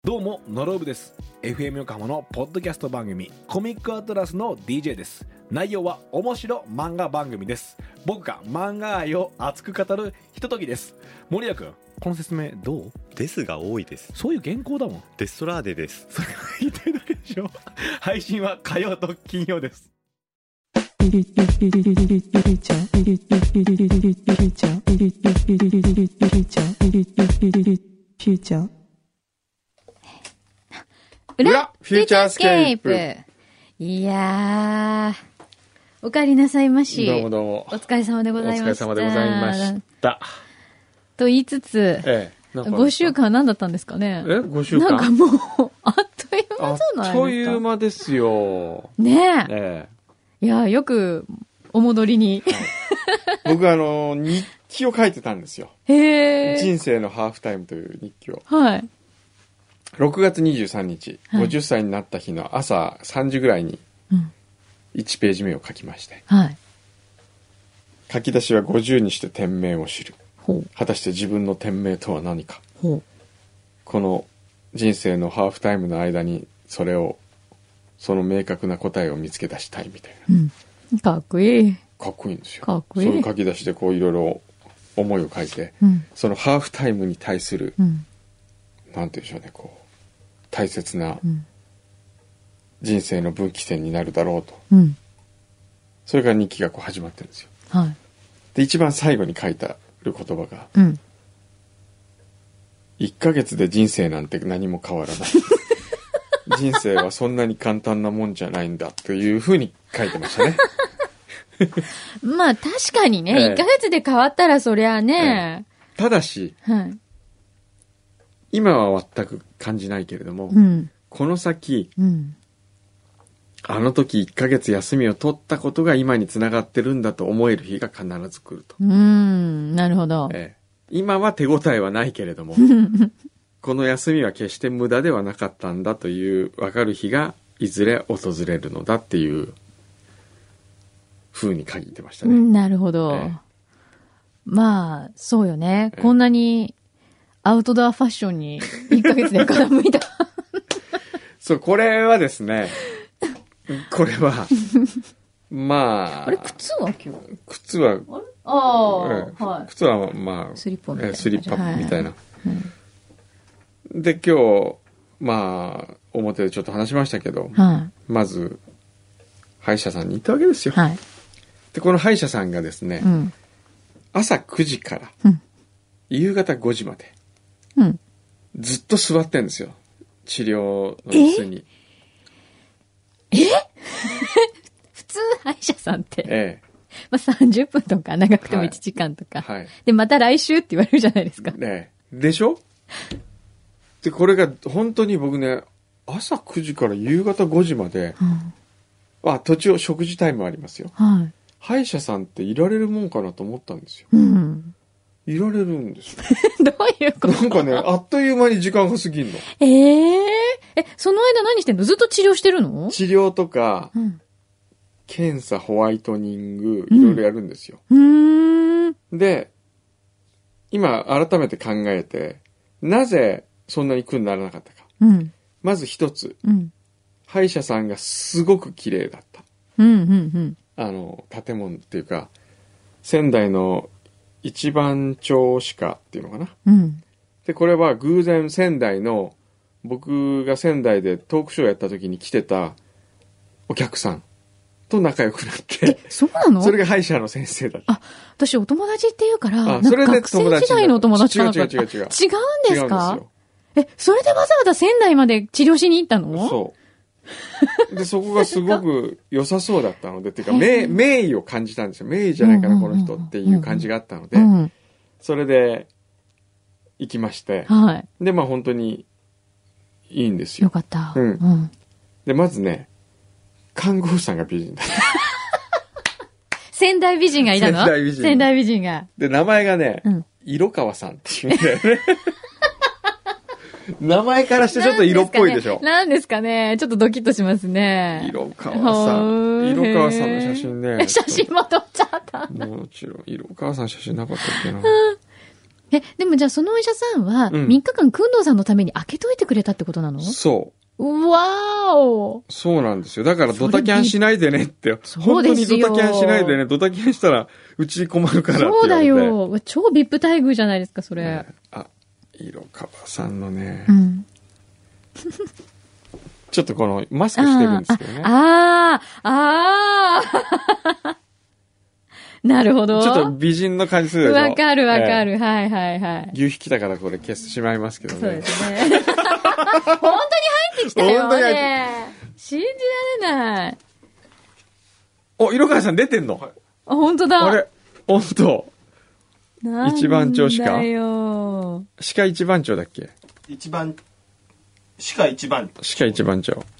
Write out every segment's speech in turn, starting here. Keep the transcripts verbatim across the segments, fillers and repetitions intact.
どうもノロブです。 エフエム 横浜のポッドキャスト番組コミックアトラスの ディージェー です。内容は面白漫画番組です。僕が漫画愛を熱く語るひとときです。森谷君、この説明どう？ ですが多いです。 そういう原稿だもん。 デストラーデです。 それが言いたいだけでしょ。配信は火曜と金曜です。 フューチャー裏フューチャースケープ。いやー、お帰りなさいまし。 どうもどうも。 お疲れ様でございました。 お疲れ様でございました。 と言いつつ、 ええ、 ごしゅうかん何だったんですかね。 え ?ご 週間なんかもう、あっという間じゃないですか。 あっという間ですよ。 ねえ。 ええいや、よく、お戻りに。 はい、僕あの、日記を書いてたんですよ。 へー。 人生のハーフタイムという日記を。 はい。 ろくがつにじゅうさんにち、 はい、 ごじゅっさいになった日の朝さんじぐらいに、いちページ目を書きまして。 はい。 書き出しはごじゅうにして天命を知る。 ほう。 果たして自分の天命とは何か。 ほう。 この人生のハーフタイムの間に、それを、その明確な答えを見つけ出したいみたいな。 うん。かっこいい。 かっこいいんですよ。 かっこいい。 そういう書き出しでこういろいろ思いを書いて、うん、そのハーフタイムに対する、うん、なんていうんでしょうね、こう大切な人生の分岐点になるだろうと、うん、それから日記がこう始まってるんですよ。はい、で一番最後に書いてる言葉が、うん、いっかげつで人生なんて何も変わらない人生はそんなに簡単なもんじゃないんだというふうに書いてましたね。 まあ確かにね、ええ、いっかげつで変わったらそりゃね、 ええ、ただし、はい、今は全く感じないけれども、うん、この先、うん、あの時いっかげつ休みを取ったことが今につながってるんだと思える日が必ず来ると。 うーん、なるほど、 ええ、今は手応えはないけれどもこの休みは決して無駄ではなかったんだという分かる日がいずれ訪れるのだっていう風に書いてましたね。 なるほど。ええ、まあ、そうよね。ええ、こんなにアウトドアファッションにいっかげつで傾いた。 そう、これはですね、これは、まあ。あれ、靴は今日靴は、 ああ、ええ、はい。 靴はまあ、 スリッパみたいな。 スリッパみたいな。はいうん、 で、今日、まあ、表でちょっと話しましたけど、はい、まず、歯医者さんに行ったわけですよ。はい、でこの歯医者さんがですね、うん、朝くじから、うん、夕方ごじまで、うん、ずっと座ってんですよ。治療の椅子に。 ええ普通歯医者さんって、 ええ、 まあ、さんじゅっぷんとか長くてもいちじかんとか、はいはい、でまた来週って言われるじゃないですか。 ね、でしょ。でこれが本当に僕ね、朝くじから夕方ごじまで、うん、あ途中食事タイムありますよ。はい、歯医者さんっていられるもんかなと思ったんですよ。うん、いられるんですよ。 どういうこと？ なんかね、あっという間に時間が過ぎるの。 えー、え、その間何してんの？ずっと治療してるの？ 治療とか、うん、検査、ホワイトニング、いろいろやるんですよ。うん、うーんで、今改めて考えて、なぜそんなに苦にならなかったか。うん、まず一つ、うん、歯医者さんがすごく綺麗だった。うんうんうん、あの建物っていうか仙台の一番町歯科っていうのかな、うん、でこれは偶然仙台の僕が仙台でトークショーやった時に来てたお客さんと仲良くなって、 え、そうなの？ それが歯医者の先生だった。 あ、私お友達っていうからなんか学生時代のお友達かな。 違う違う違う違う。違うんですか？違うんですよ。え、それでわざわざ仙台まで治療しに行ったの？ そうでそこがすごく良さそうだったのでっていうか名、名医を感じたんですよ。名医じゃないかなこの人っていう感じがあったので、うんうん、それで行きまして、はい、でまあ本当にいいんですよ。 よかった、 うんうん、でまずね看護婦さんが美人だった仙台美人がいたの？仙台美人。仙台美人がで名前がね、うん、色川さんっていうんだよね名前からしてちょっと色っぽいでしょ。 何ですかね。ちょっとドキッとしますね。 色川さん。色川さんの写真ね。 写真も撮っちゃった。 もちろん。色川さん写真なかったっけな。 え、でもじゃあそのお医者さんは、 うんみっかかん、くんどうさんのために開けといてくれたってことなの？ そうわーお。 そうなんですよ。だからドタキャンしないでねって。 そう本当ですよにドタキャンしないでね。ドタキャンしたらうち困るからって言われて。 そうだよ。超ビップ待遇じゃないですか、それ。 ねあ、色川さんのね、 うん。 ちょっとこのマスクしてるんですけどね。 ああ、ああ。なるほど。 ちょっと美人の感じするでしょ。 わかるわかる、 ええはいはいはい。 牛引きだからこれ消してしまいますけどね。 そうですね。本当に入ってきたよ本当に入ってね。信じられない。 お、色川さん出てんの、 あ、本当だ。 あれ本当なんだよ一番長歯科だよ。 歯科一番長だっけ？ 一番、歯科一番。 歯科一番長。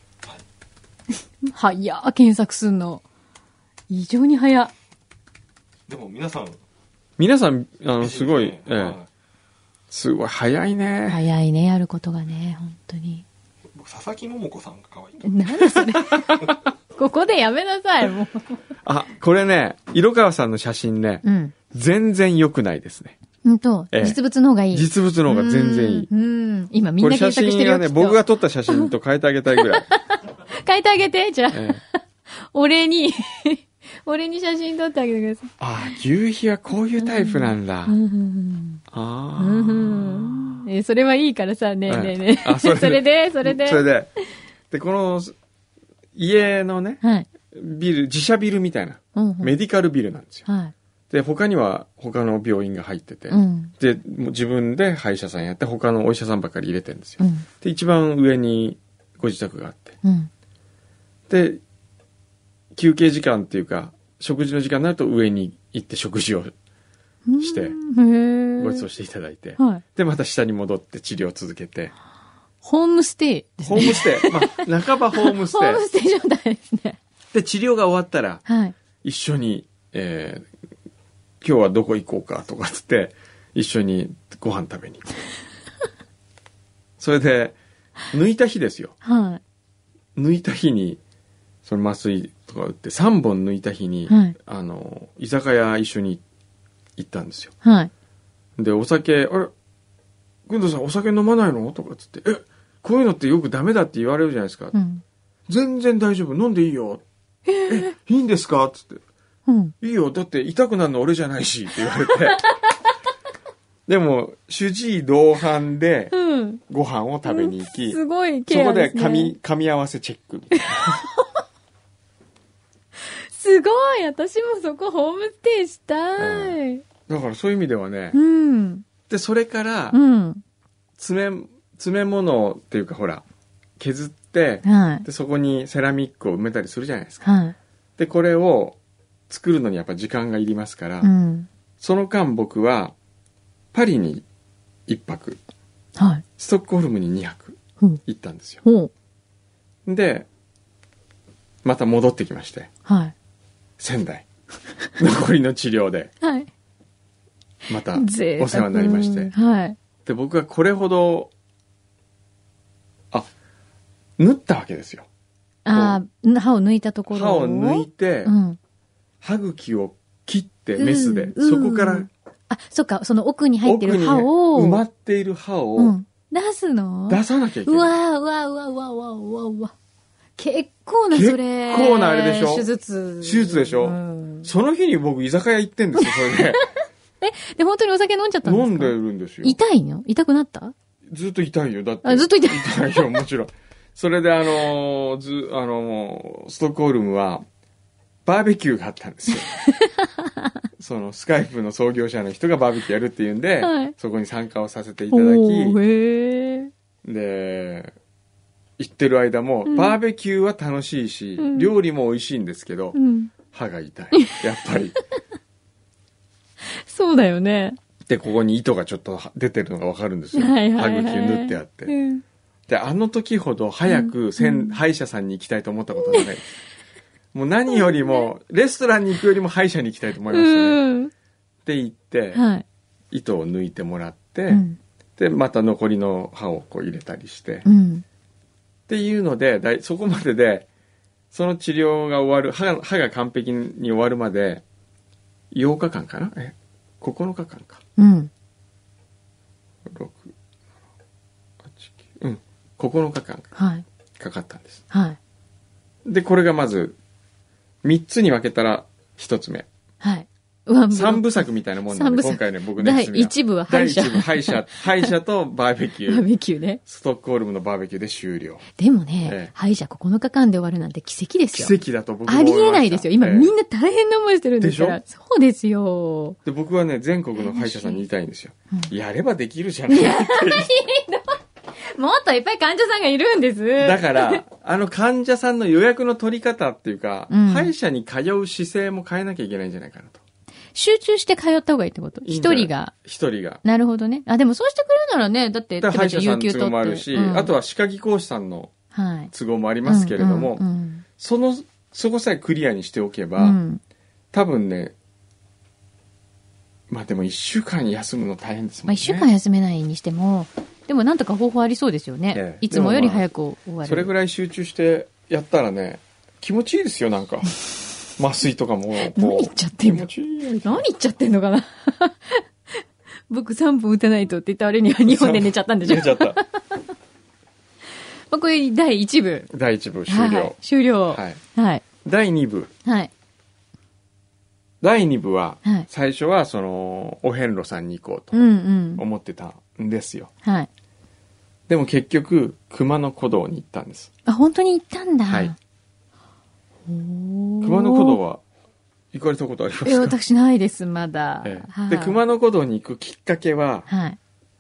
早っ、検索すんの。異常に早っ。 でも皆さん、 皆さん、あの、すごい、ええはいすごい早いね。 早いね、やることがね、本当に。 僕佐々木桃子さんが可愛い。 なんだそれ。ここでやめなさい、もう。 あ、これね、色川さんの写真ね、 うん。 全然良くないですね。 うんと、 ええ実物の方がいい。 実物の方が全然いい。 うん。うん今みんなこれ写検索してるよ。 真がね、 きっと僕が撮った写真と変えてあげたいぐらい。 変えてあげて、じゃあ。 ええ俺に、俺に写真撮ってあげてください。 ああ、牛皮はこういうタイプなんだ。 うんうんあうんうんえそれはいいからさ、ねえねえねえ。 あそれでそれで、それで。 それで、で、この家のね、 はい。 ビル、自社ビルみたいな、 うんうんメディカルビルなんですよ。 はい。 で、他には他の病院が入ってて、 うん。 で、もう自分で歯医者さんやって、他のお医者さんばっかり入れてるんですよ。 うん。 で、一番上にご自宅があって、 うん。 で、休憩時間っていうか、食事の時間になると上に行って食事をして、 へーご馳走していただいて、 はい。 で、また下に戻って治療を続けて、 ホームステイですね。 ホームステイ、まあ、半ばホームスホームテステイ状態ですね。 イ。で、治療が終わったら、 はい。 一緒に、えー今日はどこ行こうかとかつって、一緒にご飯食べに行く。それで、抜いた日ですよ。 はい。 抜いた日に、その麻酔とか打ってさんぼん抜いた日に、 はいあの、居酒屋一緒に行ったんですよ。 はい。 で、お酒、あれ、くんどさんお酒飲まないのとかつって、え、こういうのってよくダメだって言われるじゃないですか。 うん。 全然大丈夫、飲んでいいよ。え、いいんですかつって。 うん。 いいよ、だって痛くなるの俺じゃないし、って言われて。でも、主治医同伴でうん。 ご飯を食べに行き、 すごいそこでケアですね。 噛み、噛み合わせチェックみたいな。 すごい私もそこホームステイしたい。 だからそういう意味ではね、 うん。 で、それからう、ん。 詰め、詰め物っていうかほら、削って、 はい。 で、そこにセラミックを埋めたりするじゃないですか。 はい。 で、これを作るのにやっぱ時間がいりますから、 うん。 その間僕は、パリにいっぱく、 はい。 ストックホルムににはくうん行ったんですよ。 ほう。 で、また戻ってきまして、 はい。 仙台。残りの治療で、 はい。 また贅沢お世話になりまして。 はい。 で、僕はこれほど、あ、縫ったわけですよ。 ああ、歯を抜いたところ歯を抜いて、 うん。 歯茎を切ってメスで、 うんそこからあ、そっか、その奥に入ってる奥にね歯を。 埋まっている歯をうん。出すの出さなきゃいけうわない。 ーうわーうわーうわーうわーうわーうわー結構なそれ。 結構なあれでしょ手術。 手術でしょうんその日に僕居酒屋行ってんですよ、それで。 で、本当にお酒飲んじゃったんですか飲んでるんですよ。 痛いの痛くなったずっと痛いよ、だって。 あずっと痛い痛いよ、もちろん。それであのーず、あのもうストックホルムは、バーベキューがあったんですよ。そのスカイプの創業者の人がバーベキューやるっていうんで、 はいそこに参加をさせていただおき、 ーへーで、行ってる間も、 うんバーベキューは楽しいし、 うん料理も美味しいんですけど、 うん。 歯が痛い。やっぱり。 そうだよね。 で、ここに糸がちょっと出てるのがわかるんですよ。 はいはいはい。 歯茎縫ってあって。 うんで、あの時ほど早くせん、歯医者さんに行きたいと思ったことがない。もう何よりも、レストランに行くよりも歯医者に行きたいと思いましたね。 うん。 で、行って、 はい。 糸を抜いてもらって、 うん。 で、また残りの歯をこう入れたりして、っうん。 ていうので、だいそこまでで、その治療が終わる、歯が歯が完璧に終わるまで、ようかかんかなえ、ここのかかんか。 うん。 ろく、はち、きゅう、うん、ここのかかんはい。 かかったんです。 はい。 で、これがまず、みっつに分けたらひとつめ。 はい。ワンブロック三部作みたいなもんなんで、 三部作今回ね、僕ね、 第一部は歯医者。 第一部、歯医者、歯医者とバーベキュバーー。 ベキューね。 ストックホルムのバーベキューで終了。 でもね、 ええ歯医者ここのかかんで終わるなんて奇跡ですよ。 奇跡だと僕もあ思いました。 りえないですよ。今、 ええみんな大変な思いしてるんですから。 でそうですよ。 で、僕はね、全国の歯医者さんに言いたいんですよ。やればできるじゃないって。 もっといっぱい患者さんがいるんです。 だから、あの患者さんの予約の取り方っていうか、 うん歯医者に通う姿勢も変えなきゃいけないんじゃないかなと。 集中して通った方がいいってこといいんじゃない一人が。 一人が。 なるほどね。あ、でもそうしてくれるならね、だって、 だから歯医者さんの有給取って都合もあるし、 うんあとは歯科技講師さんのはい。 都合もありますけれども、 うんうんその、そこさえクリアにしておけば、 うんうん多分ね、まあでも一週間休むの大変ですもんね。 まあ一週間休めないにしても、でもなんとか方法ありそうですよね。 ええいつもより早く終わる。 それぐらい集中してやったらね、気持ちいいですよ、なんか。麻酔とかもこう。 何言っちゃってんの気持ちいい。 何言っちゃってんのかな僕さんぷん打たないとって言った割にはにほんで寝ちゃったんでしょ寝ちゃった。 まあこれだいいち部。 だいいち部終了。 はい、終了。 はい。 はい。 だいに部。 はい。 だいに部は、 はい最初はその、お遍路さんに行こうとうんうん。 思ってたんですよ。 はい。 でも結局、熊野古道に行ったんです。 あ、本当に行ったんだ。 はい。 熊熊野古道は行かれたことありますか？ え、私ないです、まだ。 ええはいで、熊野古道に行くきっかけは、 はい。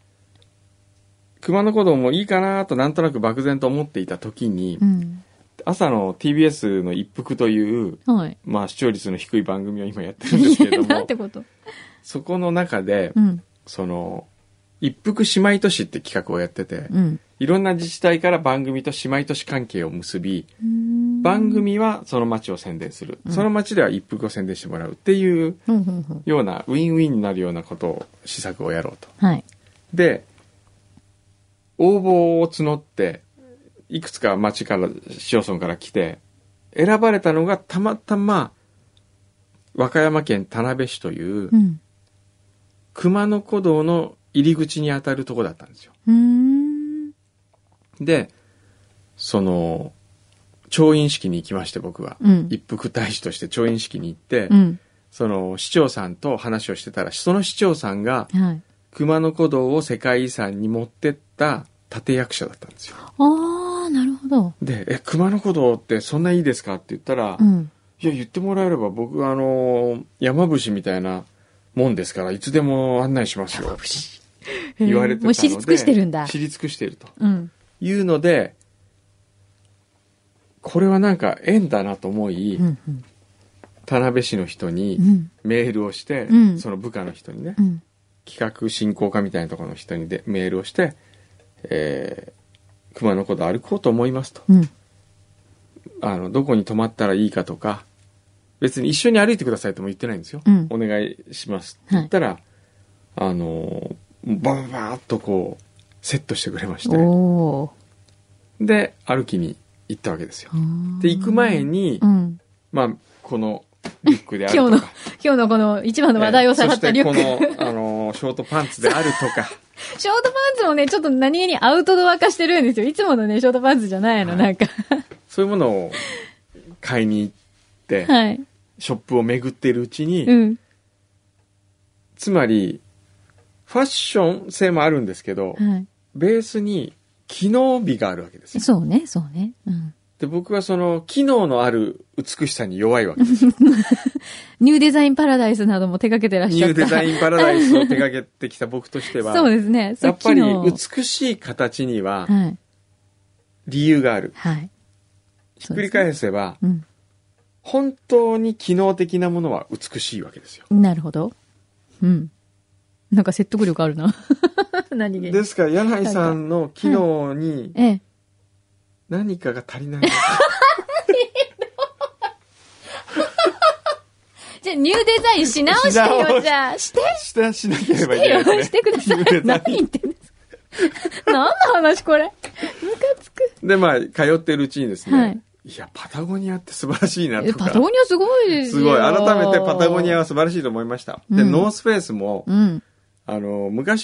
熊野古道もいいかなとなんとなく漠然と思っていた時に、 うん。 朝の ティービーエス の一服という、 はい。 まあ視聴率の低い番組を今やってるんですけれどなんもて、ことそこの中で、 うん。 その、一服姉妹都市って企画をやってて、 うん。 いろんな自治体から番組と姉妹都市関係を結び、 うん番組はその街を宣伝する。その街では一服を宣伝してもらうっていううんうんうんようなウィンウィンになるようなことを施策をやろうと。 はい。 で、応募を募って、いくつか町から、市町村から来て、選ばれたのがたまたま、和歌山県田辺市というう、ん。 熊野古道の入り口にあたるとこだったんですよ。 うーん。 で、その、調印式に行きまして、僕は。 うん一服大使として調印式に行って、 うん。 その市長さんと話をしてたら、その市長さんがはい。 熊野古道を世界遺産に持ってった立役者だったんですよ。 ああ、なるほど。 で、え、熊野古道ってそんないいですかって言ったら、 うん。 いや、言ってもらえれば僕はあの、山伏みたいなもんですから、いつでも案内しますよ。言われてたので。 もう知り尽くしてるんだ。 知り尽くしているとうん。 いうので、これはなんか縁だなと思い、 うん。うん。 田辺市の人にうん。 メールをして、 うんその部下の人にね、 うん。 企画進行課みたいなところの人にでメールをして、えー、熊野古道歩こうと思いますと。 うん。 あの、どこに泊まったらいいかとか、別に一緒に歩いてくださいとも言ってないんですよ。 うんお願いしますって言ったら、あの、バババーっとこう、セットしてくれまして、 おー。 で、歩きに行ったわけですよ。 うんで、行く前に、 うん。 まあ、このリュックであるとか、 今日の、今日のこの一番の話題をさらったリュック。 えーそしてこの、あの、ショートパンツであるとか、 ショートパンツもね、ちょっと何気にアウトドア化してるんですよ。いつものね、ショートパンツじゃないの、 はいなんか。 そういうものを買いに行って、 はい。 ショップを巡っているうちに、 うん。 つまり、ファッション性もあるんですけど、 はい。 ベースに機能美があるわけですよ。 そうね、そうね。うん。 で、僕はその機能のある美しさに弱いわけです。 ニューデザインパラダイスなども手掛けてらっニしゃった。 ューデザインパラダイスを手掛けてきた僕としては、 そうですね。 やっぱりさきの美しい形にははい。 理由がある。 はい。 ひっくり返せば、 うん。 本当に機能的なものは美しいわけですよ。 なるほど。うん。なんか説得力あるな。何気に。 ですから、柳井さんの機能にええ。 何かが足りない。 じゃあ、ニューデザインし直してし直よ、 しじゃあ。して。 したしなければいしてよ、 けないですね。 してください。 ニューデザイン何言ってんですか。何の話これ。ムカつく。 で、まあ、通っているうちにですね、 はいいや、パタゴニアって素晴らしいなえ、 とか。 パタゴニアすごいですよ。 すごい。改めてパタゴニアは素晴らしいと思いました。で、 うんノースフェイスも、 うん。 あの、昔は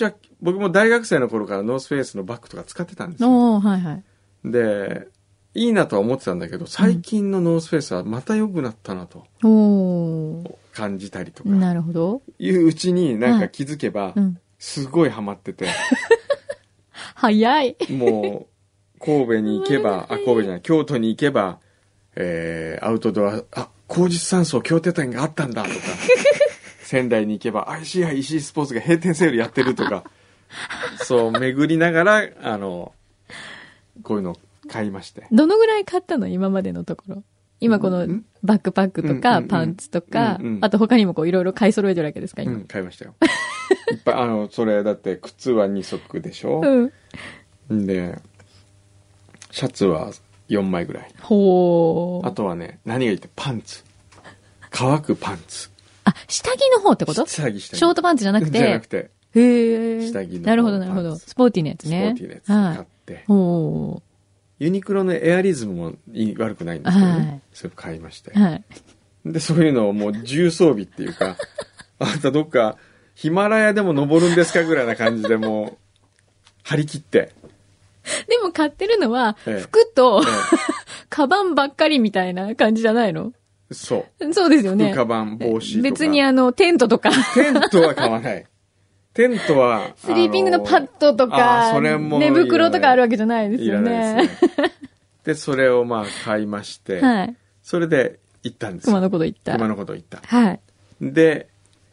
僕も大学生の頃からノースフェイスのバッグとか使ってたんですよ。 おー、はいはい。 で、いいなとは思ってたんだけど、最近のノースフェイスはまた良くなったなとおー。 感じたりとか。 なるほど。 いううちになんか気づけば、 うん。 すごいハマってて、 早い。 もう、神戸に行けば、あ、神戸じゃない、京都に行けば、えー、アウトドア、あ、工実山荘京都店があったんだとか、仙台に行けば、アイシーアイ 石井スポーツが閉店セールやってるとか、そう、巡りながら、あの、こういうのを買いまして。 どのぐらい買ったの今までのところ。今このんバックパックとかうんうんうんパンツとかうんう、んあと他にもこういろいろ買い揃えてるわけですか今。 うん、買いましたよ。いっぱい、あの、それだって靴はに足でしょ、 うん。 んで、シャツはよんまいぐらい。 ほー。 あとはね、何がいいってパンツ。乾くパンツ。 あ、下着の方ってこと下着下着。 ショートパンツじゃなくて。 じゃなくて、 へー。 下着のなるほどなるほど。 パンツスポーティーなやつスポね。 ーティーなやつ買はい。 って、 ほユニクロのエアリズムもいい悪くないんですけどね。 はいそれ買いましてー。。はい。 で、そういうのをもう重装備っていうか、あんたどっかヒマラヤでも登るんですかぐらいな感じでもう、張り切って。 でも買ってるのは、 ええ服と、 えカバンばっかりみたいな感じじゃないの？ えそう。 そうですよね。 服、カバン、帽子とか。 別にあの、テントとか、 テントは買わない。テントは、 スリーピングのパッドとあか、 ーそれも寝袋とかあるわけじゃないですいらよね。 ないですね。で、それをまあ買いまして、 はい。 それで行ったんですよ。 熊のこと言った。 熊野古道行った。 はい。 で、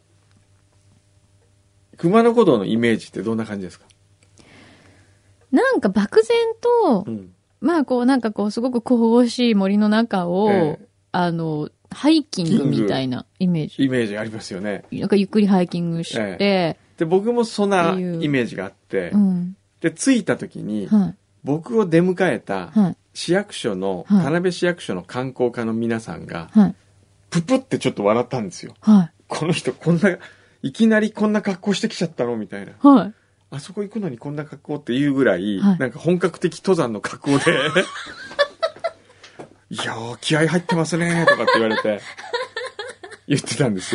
熊野古道のイメージってどんな感じですか？ なんか漠然と、 うん。 まあこうなんかこうすごく神々しい森の中を、 ええあの、ハイキングみたいなイメージ。 イメージありますよね。 なんかゆっくりハイキングして、 えで、僕もそんなっていうイメージがあって、 うん。 で、着いた時に、 はい。 僕を出迎えたはい。 市役所の、 はい田辺市役所の観光課の皆さんが、 はい。 ププってちょっと笑ったんですよ。 はい。 この人こんな、いきなりこんな格好してきちゃったのみたいな。 はい。 あそこ行くのにこんな格好っていうぐらい、 はいなんか本格的登山の格好で、いやー、気合入ってますねとかって言われて、言ってたんですよ。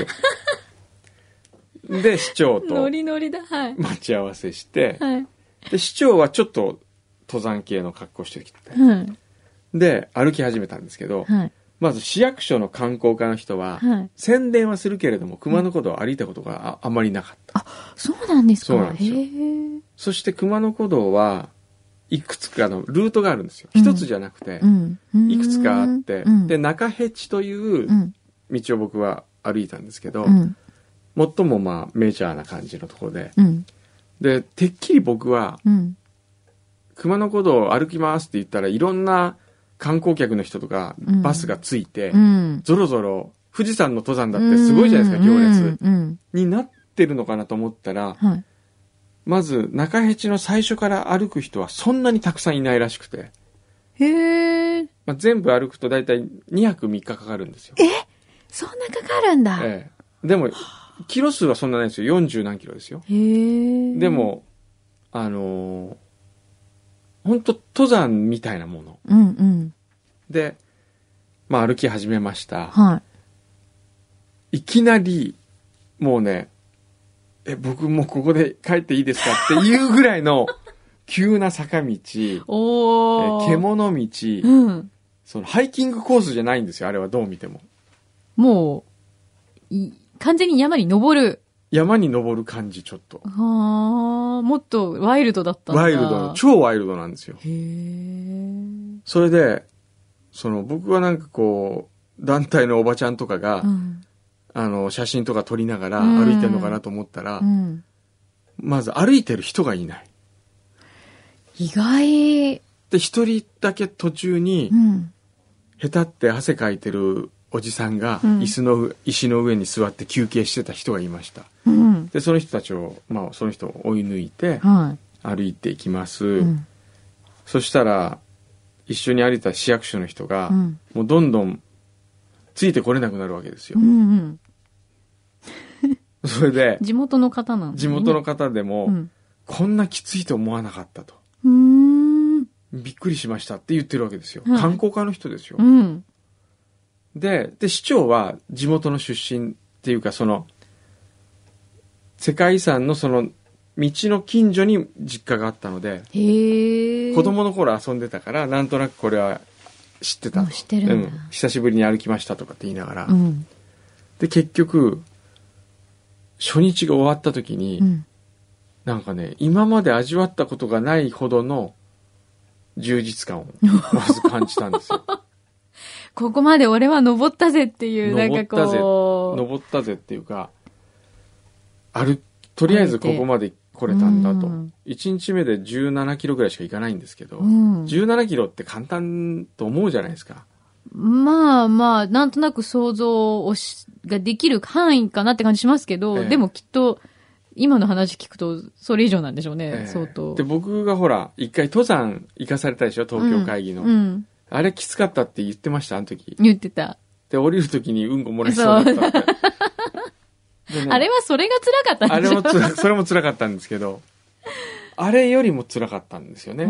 で、市長ノとリノリだ。はい。 待ち合わせして、 はい。 で、市長はちょっと登山系の格好してきて、 はい。 で、歩き始めたんですけど、 はい。 まず市役所の観光課の人は、 はい。 宣伝はするけれども、熊野古道を歩いたことが あ, あまりなかった。 そうなんですか。 そうなんですよへーそして熊野古道はいくつかのルートがあるんですよ。一、つじゃなくて、 うん。 いくつかあって、 うん。 で、中辺地といううん。 道を僕は歩いたんですけど、 うん。 最もまあメジャーな感じのところで、 うん。 で、てっきり僕はうん。 熊野古道を歩きますって言ったらいろんな観光客の人とかうんバスがついて、 うん。 ぞろぞろ富士山の登山だってすごいじゃないですか、行列うん。 になってるのかなと思ったら、 はい。 まず中辺地の最初から歩く人はそんなにたくさんいないらしくて、 へえ。 まあ、全部歩くと大体にはくみっかかかるんですよ。 そんなかかるんだ。 ええ、でもキロ数はそんなないですよ。よんじゅう何キロですよ。 へえ。 で、もあのー、本当登山みたいなものうんうん。 で、まあ、歩き始めました。 はいきなりもうね、え僕もうここで帰っていいですかっていうぐらいの急な坂道、 い。おー。 え獣道、 うん。 そのハイキングコースじゃないんですよ、あれはどう見ても。 もう、い完全に山に登る。 山に登る感じ、ちょっと。 はあ、もっとワイルドだったんだ。 ワイルドの、超ワイルドなんですよ。 へえ。 それで、その僕はなんかこう、団体のおばちゃんとかが、 うん。 あの、写真とか撮りながらうん歩いてるのかなと思ったら、 うん。 まず歩いてる人がいない。 意外。 で、一人だけ途中にう、ん。 へたって汗かいてるおじさんが、 うん椅子の上、石の上に座って休憩してた人がいました。 うん。 で、その人たちを、まあ、その人を追い抜いて、 は歩いていきます。 い。うん。 そしたら、一緒に歩いた市役所の人が、 うん。 もうどんどん、ついてこれなくなるわけですよう。んうん。 それで、 地元の方なんだね。 地元の方でも、 うん。 こんなきついと思わなかったと。 うーん。 びっくりしましたって言ってるわけですよ。 はい観光課の人ですよ。 うん。 で、で、市長は地元の出身っていうか、その、世界遺産のその、 道の近所に実家があったので、 へえ。 子供の頃遊んでたから、なんとなくこれは知ってたと。 もう知ってるんだ、 うん。久しぶりに歩きましたとかって言いながら。 うん、 で、結局、初日が終わった時に、 うん、 なんかね、今まで味わったことがないほどの充実感をまず感じたんですよ。 ここまで俺は登ったぜっていう、なんかこう。 登ったぜっていうか、ある、とりあえずここまで来れたんだと。いちにちめでじゅうななキロぐらいしか行かないんですけど、うん、じゅうななキロって簡単と思うじゃないですか。 まあまあ、なんとなく想像をしができる範囲かなって感じしますけど、えー、でもきっと、今の話聞くと、それ以上なんでしょうね、えー、相当。 で、僕がほら、一回登山行かされたでしょ、東京会議の。うんうん、あれきつかったって言ってました、あの時。 言ってた。 で、降りる時にうんこ漏れそうだったって。 ね、あれはそれが辛かったんでしょ。 あれもつら、それも辛かったんですけど、あれよりも辛かったんですよね。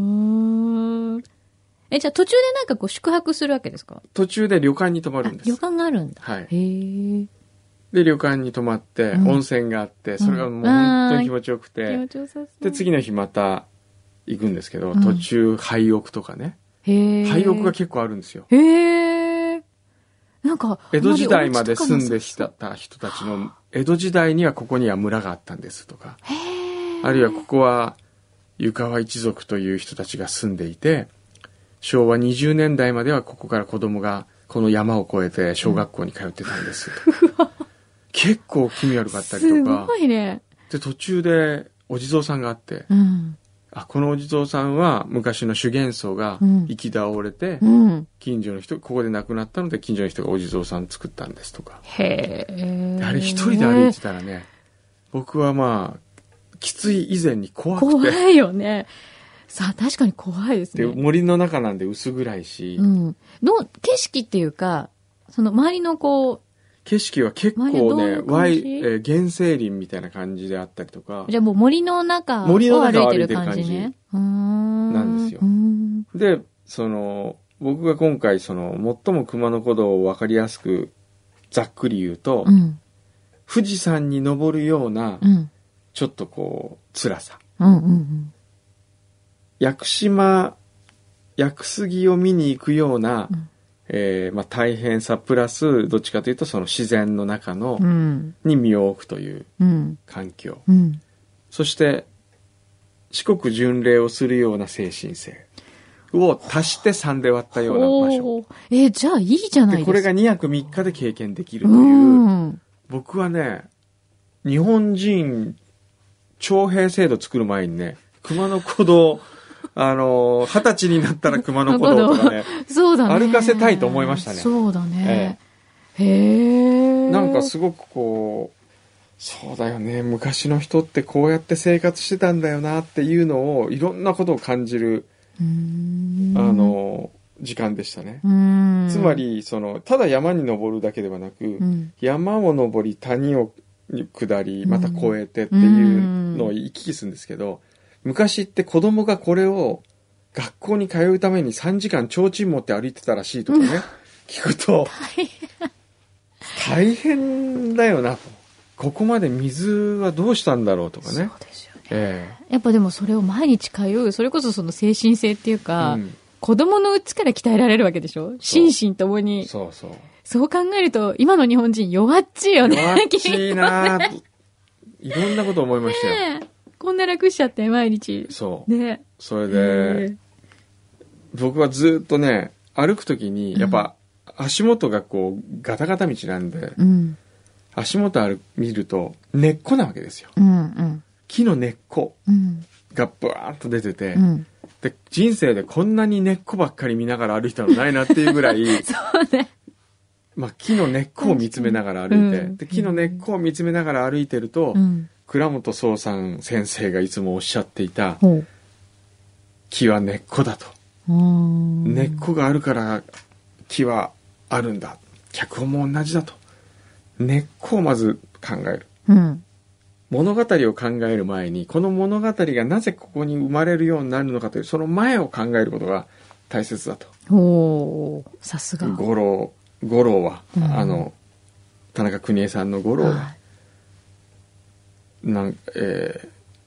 え、じゃあ途中でなんかこう宿泊するわけですか？ 途中で旅館に泊まるんです。 旅館があるんだ。 はい。 へー。 で、旅館に泊まって、うん、温泉があって、それがもう本当に気持ちよくて、 気持ちよさそう。 で、次の日また行くんですけど、途中廃屋とかね。 へー。 廃屋が結構あるんですよ。 へー。なんか、 江戸時代まで住んできた人たちの、江戸時代にはここには村があったんですとか、あるいはここは湯川一族という人たちが住んでいて、しょうわにじゅうねんだいまではここから子供がこの山を越えて小学校に通ってたんです、うん、結構気味悪かったりとか、 すごいね。 で途中でお地蔵さんがあって、うん、あ、このお地蔵さんは昔の修験僧が生き倒れて、うん、近所の人、ここで亡くなったので近所の人がお地蔵さん作ったんですとか。 へー。 あれ一人で歩いてたらね、僕はまあきつい以前に怖くて。 怖いよね。さあ、確かに怖いですね。 で、森の中なんで薄暗いし。 うん。の、景色っていうか、その周りのこう、 景色は結構ね、ワイ、えー、原生林みたいな感じであったりとか。 じゃあもう森の中を歩いてる感じね。 なんですよ。で、その、僕が今回、その、最も熊野古道を分かりやすく、ざっくり言うと、うん、富士山に登るような、うん、ちょっとこう、辛さ。うんうんうん、屋久島、屋久杉を見に行くような、うん、えーまあ、大変さプラスどっちかというとその自然の中の、うん、に身を置くという環境、うん、そして四国巡礼をするような精神性を足してさんで割ったような場所。 えー、じゃあいいじゃないですか。 でこれがにはくみっかで経験できるという、うん、僕はね日本人徴兵制度作る前にね熊野古道あの、二十歳になったら熊野古道とかね、 そうだね。 歩かせたいと思いましたね。 そうだね。ええ、へえ。 なんかすごくこう、そうだよね、昔の人ってこうやって生活してたんだよなっていうのを、いろんなことを感じる、うーんあの、時間でしたね。うーんつまり、その、ただ山に登るだけではなく、うん、山を登り、谷を下り、また越えてっていうのを行き来するんですけど、昔って子供がこれを学校に通うためにさんじかん提灯持って歩いてたらしいとかね、うん、聞くと大変大変だよなと。ここまで水はどうしたんだろうとかね。 そうですよね、えー、やっぱでもそれを毎日通う、それこそその精神性っていうか、うん、子供のうちから鍛えられるわけでしょ。心身ともに。そうそう。そう考えると今の日本人弱っちいよね。 弱っちいなぁいろんなこと思いましたよ。ねこんな楽しちゃって毎日。 そう。ね。それで、僕はずっとね、歩くときに、やっぱ足元がこう、ガタガタ道なんで、うん、足元歩見ると根っこなわけですよ。うんうん、木の根っこがブワーッと出てて、うん、で、人生でこんなに根っこばっかり見ながら歩いたのないなっていうぐらい、 そうね。 まあ、木の根っこを見つめながら歩いて、うん、で木の根っこを見つめながら歩いてると、うん倉本壮さん先生がいつもおっしゃっていた、木は根っこだと。根っこがあるから木はあるんだ。脚本も同じだと。根っこをまず考える、うん。物語を考える前に、この物語がなぜここに生まれるようになるのかという、その前を考えることが大切だと。 おー、さすが。 五郎、五郎は、うん、あの、田中邦衛さんの五郎は、はいなんえー、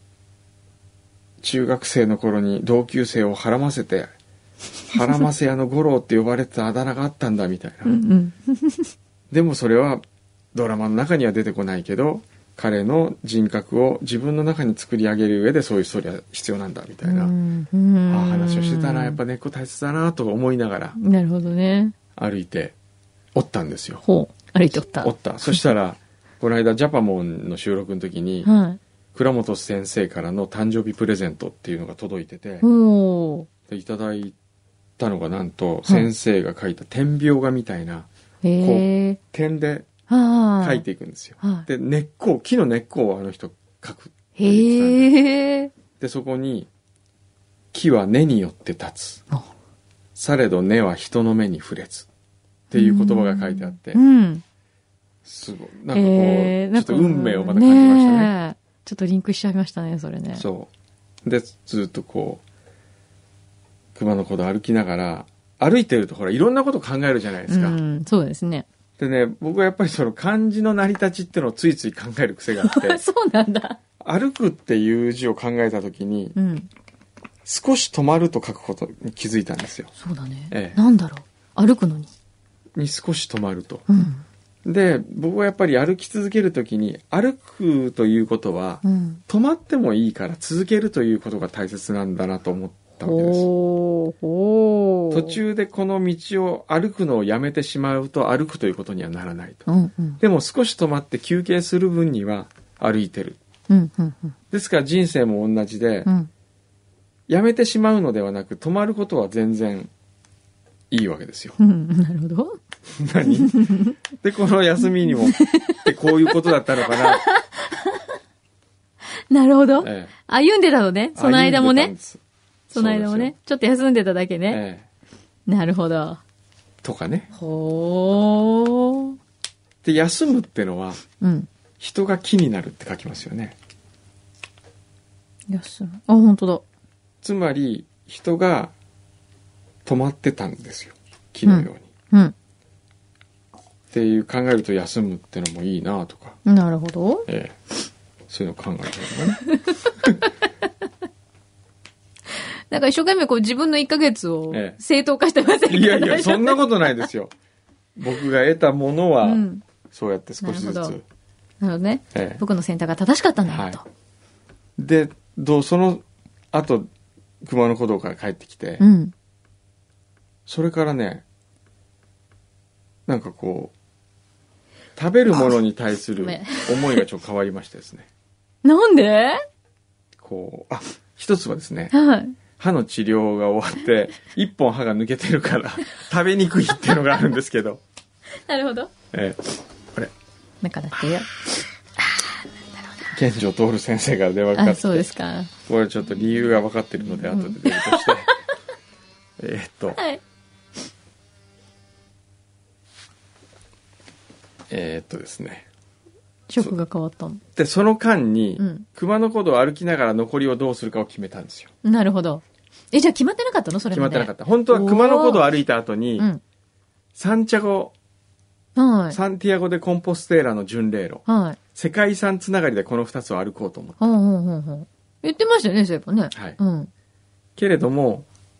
中学生の頃に同級生をはらませて、はらませ屋の五郎って呼ばれてたあだ名があったんだみたいな。うんうん、でもそれはドラマの中には出てこないけど、彼の人格を自分の中に作り上げる上でそういうストーリーは必要なんだみたいな、うんうん、ああ話をしてたな、やっぱ根っこ大切だなと思いながら、 なるほどね、 歩いておったんですよ。 ほう、歩いておった。 おった。そしたらこの間ジャパモンの収録の時に、はい、倉本先生からの誕生日プレゼントっていうのが届いてて、でいただいたのがなんと先生が書いた点描画みたいな、こう点で書いていくんですよ。で根っこ、木の根っこをあの人書くって言ってたんで、でそこに木は根によって立つ、されど根は人の目に触れずっていう言葉が書いてあって、うん、すごいなんかこう、えー、ちょっと運命をまた感じましたね。 ね、ちょっとリンクしちゃいましたね、それね。 そうでずっとこう熊野古道歩きながら、歩いてるとほらいろんなこと考えるじゃないですか。うん、 そうですね。 でね、僕はやっぱりその漢字の成り立ちっていうのをついつい考える癖があってそうなんだ。 歩くっていう字を考えたときに、うん、少し止まると書くことに気づいたんですよ。 そうだね、ええ、なんだろう、歩くのにに少し止まると、うん、で僕はやっぱり歩き続けるときに、歩くということは、うん、止まってもいいから続けるということが大切なんだなと思ったわけです。ほうほう。途中でこの道を歩くのをやめてしまうと歩くということにはならないと、うんうん、でも少し止まって休憩する分には歩いてる、うんうんうん、ですから人生も同じで、うん、やめてしまうのではなく止まることは全然いいわけですよ、うん、 なるほど。 何でこの休みにもってこういうことだったのかななるほど、ええ、歩んでたのね、その間もね、その間もね、ちょっと休んでただけね、ええ、なるほどとかね。 ほー。 で休むってのは、うん、人が木になるって書きますよね。 休む、あ、本当だ。 つまり人が止まってたんですよ、木のように、うんうん、っていう考えると休むってのもいいなとか。 なるほど、 ええ、そういうのを考えてるのねなんか一生懸命こう自分のいっかげつを正当化してませんか、ええ、 いやいやそんなことないですよ僕が得たものは、うん、そうやって少しずつ。なるほど、なるほどね、ええ、僕の選択が正しかったんだよと、はい、 でどうその後熊野古道から帰ってきて、うん、それからね、なんかこう食べるものに対する思いがちょっと変わりましてですねなんでこう、あ、一つはですね、はい、歯の治療が終わって一本歯が抜けてるから食べにくいっていうのがあるんですけどなるほど、 えー、これなんかだってよ、 健城徹先生から電話がかかって、 そうですか。 これちょっと理由が分かってるので後で出るとして、うん、えっと、はい、えー、っとですね、 職が変わったので、その間に、うん、熊野古道を歩きながら残りをどうするかを決めたんですよ。 なるほど。え、じゃあ決まってなかったのそれまで。 決まってなかった。本当は熊野古道を歩いた後に、うん、サンチャゴ、はい、サンティアゴ・でコンポステーラの巡礼路、はい、世界遺産つながりでこのふたつを歩こうと思って、うんうんうんうん、 言ってましたよね、そういえばね、 はい、うん、けれども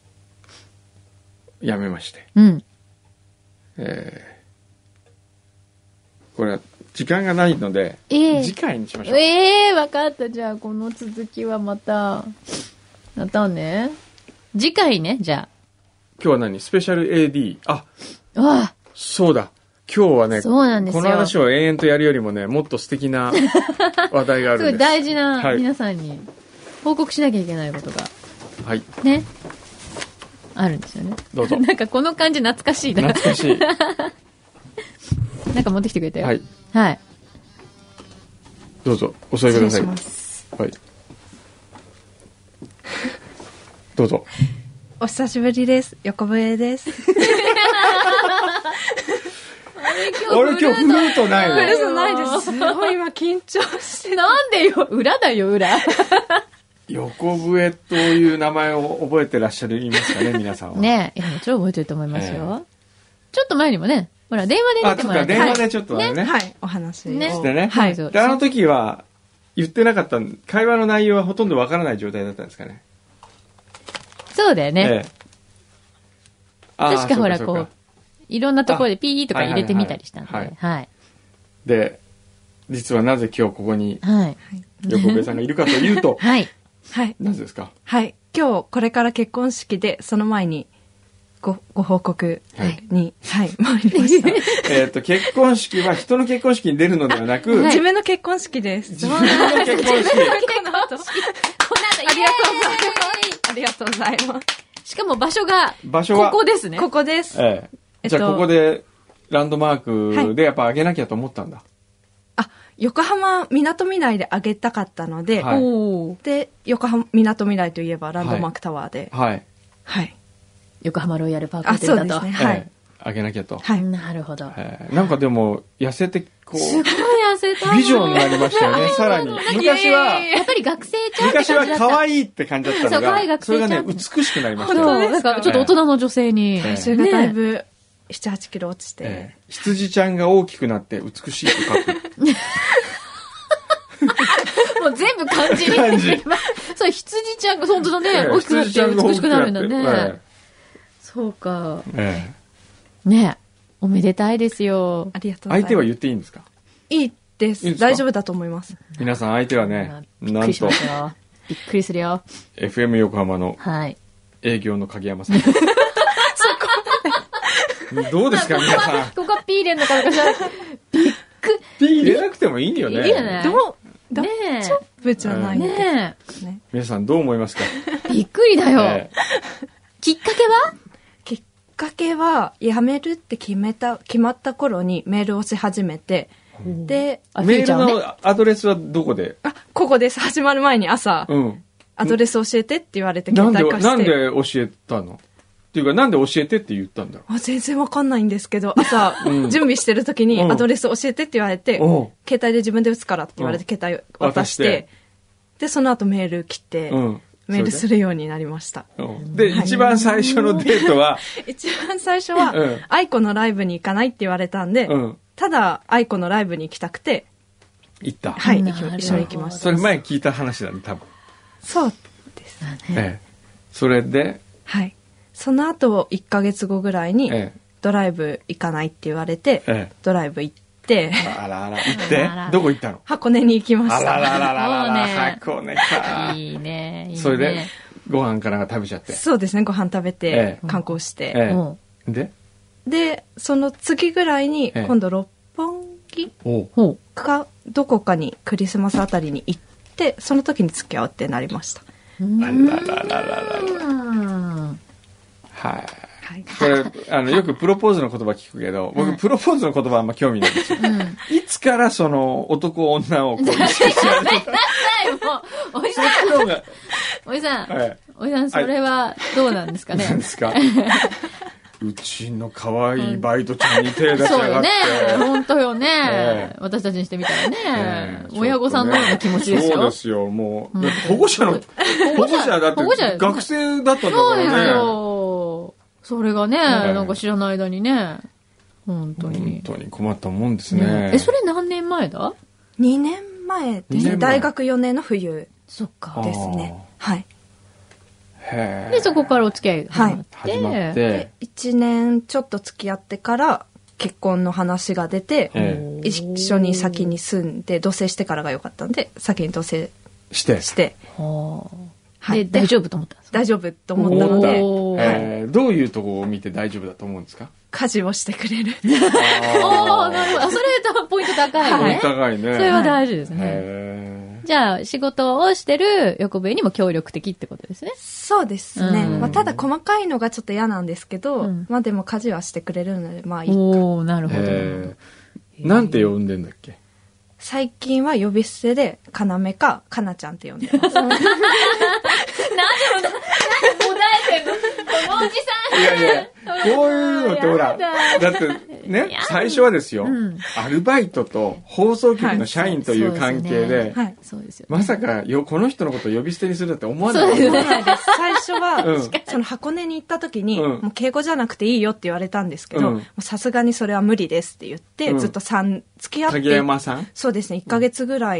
やめまして、 うん、 えー、これは時間がないので、えー、次回にしましょう。 ええー、分かった。じゃあこの続きはまたまたね、次回ね。じゃあ今日は何スペシャル エーディー、ああ、 そうだ、今日はね、 そうなんですよ、 この話を延々とやるよりもね、もっと素敵な話題があるんです。すごい大事な、皆さんに報告しなきゃいけないことが、 はい、 ね、あるんですよね。 どうぞ。 なんかこの感じ懐かしいな。 懐かしい。 なんか持ってきてくれたよ。 はい。 はい。 どうぞお座りください。はい。どうぞ。 お久しぶりです。横笛です。 あれ今日フルートないの？ フルートないです。すごい今緊張してる。 なんでよ、裏だよ、裏。 横笛という名前を覚えてらっしゃいますかね、皆さんは。 ねえ、もちろん覚えてると思いますよ。えー、ちょっと前にもね、ほら、電話で出てもらって。 あ、電話でちょっとね。 はい、お話してね。 はい。 で、あの時は、 言ってなかった会話の内容はほとんどわからない状態だったんですかね。 そうだよね。 ええ、 確かほらこういろんなところでピーとか入れてみたりしたんで、はい、はい、 で実はなぜ今日ここに横部さんがいるかというと、 はい、 はい、 なぜですか。 はい、今日これから結婚式でその前にごご報告に、はい、はい、参りました。 えっと結婚式は人の結婚式に出るのではなく、 はい、自分の結婚式です。 自分の結婚式。 この後ありがとうございます。 しかも場所が場所はここですね。ここです。 ええ、じゃあここでランドマークでやっぱ上げなきゃと思ったんだ。はい、 あ、横浜みなとみらいで上げたかったので、はい、で横浜みなとみらいといえばランドマークタワーで、 はい、 はい、 横浜ロイヤルパークホテルだと、 あ、そうですね、はい、 ええ、上げなきゃと。 はい、 なるほど。 ええ、なんかでも痩せてこうすごい痩せた美女になりましたよね。さらに昔はやっぱり学生ちゃん昔は可愛いって感じだったのが、 そう、 それがね美しくなりましたよ。 なんかちょっと大人の女性に体重がだいぶななはちキロ落ちて、ええ、羊ちゃんが大きくなって美しいと書く。 もう全部漢字に漢字。 そう、羊ちゃんが本当だね、ええ、大きくなって美しくなるんだね。ええ、そうか。 ええ、ね、おめでたいですよ。 ありがとうございます。 相手は言っていいんですか。 いいです。いいです大丈夫だと思います。 皆さん相手はね、 なんとびっくりするよ。 エフエム 横浜の営業の影山さん。はいどうですか皆さん。 ここはピー入れんのかどうかしら。びっくピー入れなくてもいいんだよね。 いいよね。 どう大丈夫じゃないですかね。 ね皆さんどう思いますか。 びっくりだよ。えー、きっかけはきっかけは辞めるって決めた決まった頃にメールをし始めて、うん、でメールのアドレスはどこで。 あ、ここです。始まる前に朝、うん、アドレス教えてって言われて携帯化して。なんでなんで教えたの。っていうかなんで教えてって言ったんだろう。 あ、全然わかんないんですけど、朝、うん、準備してる時にアドレス教えてって言われて、うん、携帯で自分で打つからって言われて、うん、携帯渡して、でその後メール来て、うん、メールするようになりました。 で、はい、一番最初のデートは一番最初は、うん、愛子のライブに行かないって言われたんで、うん、ただ愛子のライブに行きたくて行った。 はい、一緒に行きました。 それ前聞いた話だね多分。 そうですね、 ええ、それではい、その後いっかげつごぐらいに、ええ、ドライブ行かないって言われて、ええ、ドライブ行ってあらあら行ってどこ行ったの。 箱根に行きました。 あらららららら、ね、箱根か。 いいね、いいね。 それでご飯かなんか食べちゃって。 そうですね、ご飯食べて、ええ、観光して、ええ、ででその次ぐらいに今度六本木かどこかにクリスマスあたりに行ってその時に付き合うってなりました。 あらららららら。はい。これあのよくプロポーズの言葉聞くけど、僕プロポーズの言葉あんま興味ないんですよ。うん、いつからその男女をこう意識し始めた。 もうおじさん、おじさん、はい、おじさんそれはどうなんですかね。 何ですか。うちの可愛いバイトちゃんに手出しやがって。そうよね。本当よね、えー。私たちにしてみたらね。えー、親御さんのような気持ちですよ。 そうですよ。もう、うん、保護者の、保護者だって学生だったんだからね。そうですよ。 それがね、えー、なんか知らない間にね。本当に。 本当に困ったもんですね。ねえ、それ何年前だ ? に 年前ですね。大学よねんの冬。 そっか。 ですね。はい。 でそこからお付き合い始まって、はい、始まってでいちねんちょっと付き合ってから結婚の話が出て、一緒に先に住んで同棲してからが良かったんで先に同棲してしてはい、で大丈夫と思ったんですか。 大丈夫と思ったので、 えー、どういうところを見て大丈夫だと思うんですか。 家事をしてくれる。 おー、なるほど。それポイント高いね。 ポイント高いね。 それは大事ですね。じゃあ仕事をしてる横笛にも協力的ってことですね。 そうですね。まあ、ただ細かいのがちょっと嫌なんですけど、うん、まあでも家事はしてくれるのでまあいいか。 おー、なるほど。 なんて呼んでんだっけ。 最近は呼び捨てでかなめかかなちゃんって呼んでます。なんでもなんでもだえてんのこのおじさん。 いやいやこういうのってほらだってね最初はですよ、うん、アルバイトと放送局の社員という関係で、はい、まさかよこの人のことを呼び捨てにするって思わないですね。 最初は、うん、その箱根に行った時に、うん、もう敬語じゃなくていいよって言われたんですけどさすがにそれは無理ですって言って、うん、ずっとさん付き合って影山さんそうですねいっかげつぐらい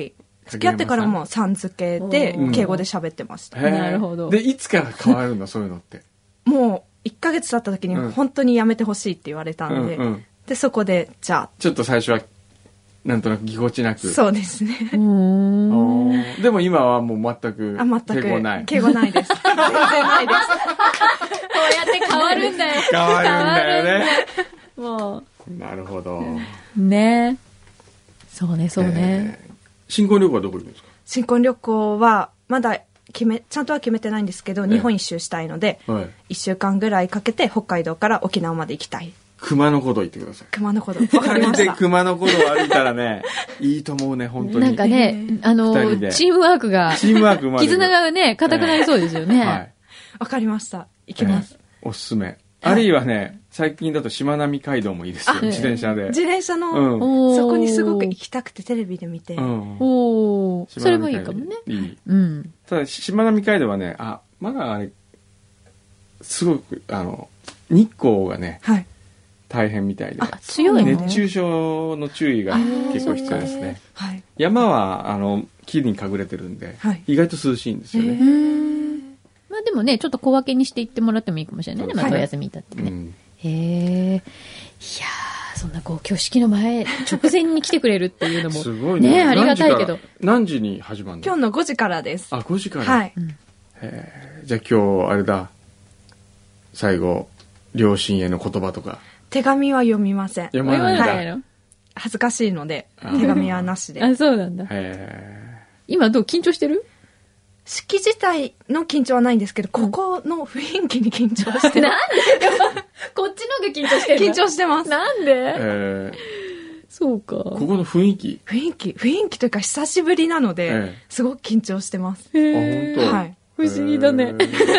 付き合ってからもさん付けで敬語で喋ってました、 うん、なるほど。 でいつから変わるのそういうのってもういっかげつ経った時に本当にやめてほしいって言われたんで、うんうん、でそこでじゃあちょっと最初はなんとなくぎこちなく。 そうですね。 でも今はもう全く敬語ない。 敬語ないです。全然ないです。こうやって変わるんだよ。 変わるんだよね。 もう。なるほど。 ね。そうね、そうね。 えー、新婚旅行はどこ行くんですか？ 新婚旅行はまだ決め、ちゃんとは決めてないんですけど、えー、日本一周したいので、はい、いっしゅうかんぐらいかけて北海道から沖縄まで行きたい。 熊野古道行ってください。 熊野古道。わかりました。 で熊野古道歩いたらね、いいと思うね、本当に。 なんかね、あの、チームワークが、 チームワークまで。 絆がね、固くなりそうですよね。はい。 わかりました。行きます。 おすすめ。あるいはね、最近だとしまなみ海道もいいですよ。自転車で。 自転車の、そこにすごく行きたくてテレビで見て。 おー。それもいいかもね。 いい。うん。ただ、しまなみ海道はね、あ、まだあれ、すごく、あの、日光がね、はい。大変みたいで。 あ、強いね。 熱中症の注意が結構必要ですね。はい。山は、あの、木に隠れてるんで、はい、意外と涼しいんですよね。 まあでもね、ちょっと小分けにして行ってもらってもいいかもしれないね。まあ、お休みだってね。うん、へえ。いやー、そんなこう、挙式の前、直前に来てくれるっていうのも、すごいね。ね、ありがたいけど。 何時に始まるの？ 今日のごじからです。 あ、ごじから。 はい。 へー、じゃあ今日、あれだ、最後、両親への言葉とか。 手紙は読みません。 読まないんだ。はい、 恥ずかしいので、手紙はなしで。 あ、そうなんだ。へ今どう緊張してる？ 式自体の緊張はないんですけど、ここの雰囲気に緊張してる。 なんでこっちのが緊張してる緊張してます。 なんで、えー、そうか。 ここの雰囲気雰囲気雰囲気というか久しぶりなので、えー、すごく緊張してます。 へー、あ、本当？ はい。 不思議だね。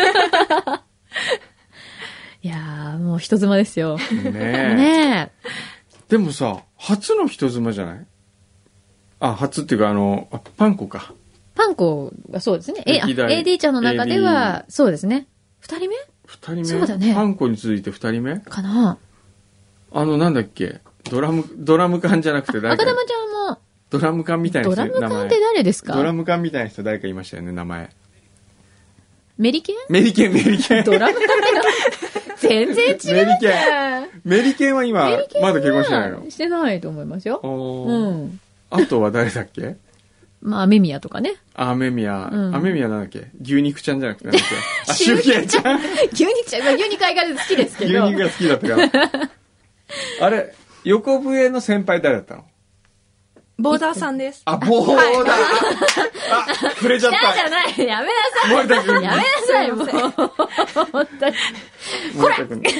いやー、もう人妻ですよ。 ねえ。 ねえ。 でもさ、初の人妻じゃない？あ、初っていうか、あの、あパンコか。 パンコがそうですね。え、エーディー ちゃんの中では、そうですね。二人目？ 二人目？ そうだね。 パンコに続いて二人目？ かな。 あの、なんだっけ、ドラム、ドラム缶じゃなくて誰か。 赤玉ちゃんも。 ドラム缶みたいな人。 ドラム缶って誰ですか？ ドラム缶みたいな人誰かいましたよね、名前。 メリケン？ メリケン、メリケン。 ドラム缶って全然違う。 メリケン。メリケンは今、まだ結婚してないの？ してないと思いますよ。うん。 あとは誰だっけ？ まあ、アメミヤとかね。 アメミヤ。うん、アメミヤなんだっけ？牛肉ちゃんじゃなくてなんだっけ？あ、シュウケイちゃん。 牛肉ちゃん、牛肉相変わらず好きですけど。 牛肉が好きだったから。あれ、横笛の先輩誰だったの？ ボーダーさんです。 あ、ボーダー、はい、あ、触れちゃった。 じゃない。やめなさい。 森田君。 やめなさい、もう。本当に。これこれ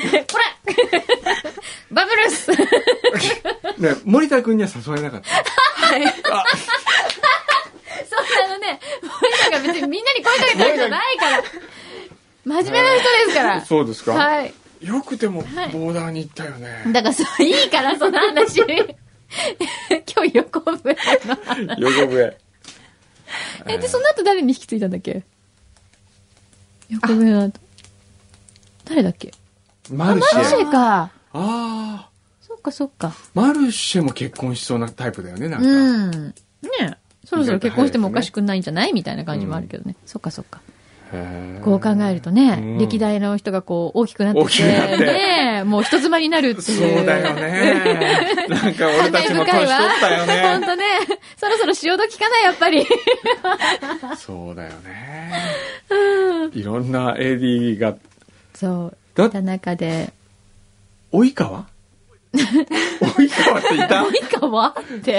バブルスね、 森田君には誘われなかった。はい。あそうなのね、森田が別にみんなに声かけたわけじゃないから。真面目な人ですから。 そうですか。 はい。 よくでも、ボーダーに行ったよね。 だからそう、いいから、その話。今日横笛の話。 横笛。 え、で、その後誰に引き継いだんだっけ？横笛の後。誰だっけ？ マルシェ。 マルシェか。 ああ。 そっかそっか。 マルシェも結婚しそうなタイプだよね、なんか。 うん。ね、そろそろ結婚してもおかしくないんじゃないみたいな感じもあるけどね。うん、そっかそっか。こう考えるとね、うん、歴代の人がこう大きくなってきて、ね、もう人妻になるっていう。 そうだよね。なんか俺たちも年取ったよね。 本当ね、そろそろ潮時かな、やっぱり。 そうだよね。うん、いろんな エーディー が。 そう。だった中で。 及川及川っていた？ 及川って。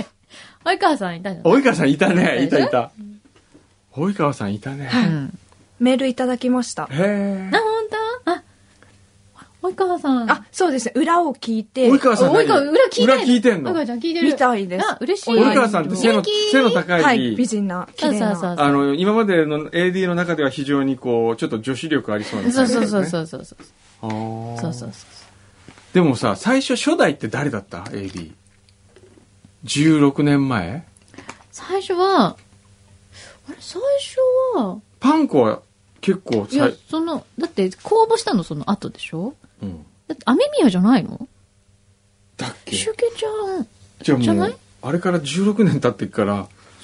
及川さんいたじゃん。 及川さんいたね。いたいた。及川さんいたね。 はい、うん、メールいただきました。 へー。 あ、本当？あ、及川さん。 あ、そうですね。裏を聞いて。 及川さん。 及川、裏聞いてる。 裏聞いてんの？ 及川ちゃん聞いてる。 みたいです。 あ、嬉しい。 及川さんって背の、背の高い。 はい、美人な、綺麗な。 そうそうそう。 あの、今までの エーディー の中では非常にこう、ちょっと女子力ありそうな、ね。 そうそうそうそうそう。 ああ。 そうそうそう。 でもさ、最初初代って誰だった エーディー？ じゅうろくねんまえ？ 最初は、あれ、最初は、 パンコは結構いや、その、だって公募したのその後でしょ？うん。だってアメミヤじゃないの？ だっけ？ シュケちゃん。 じゃあもう、あれからじゅうろくねん経ってっから、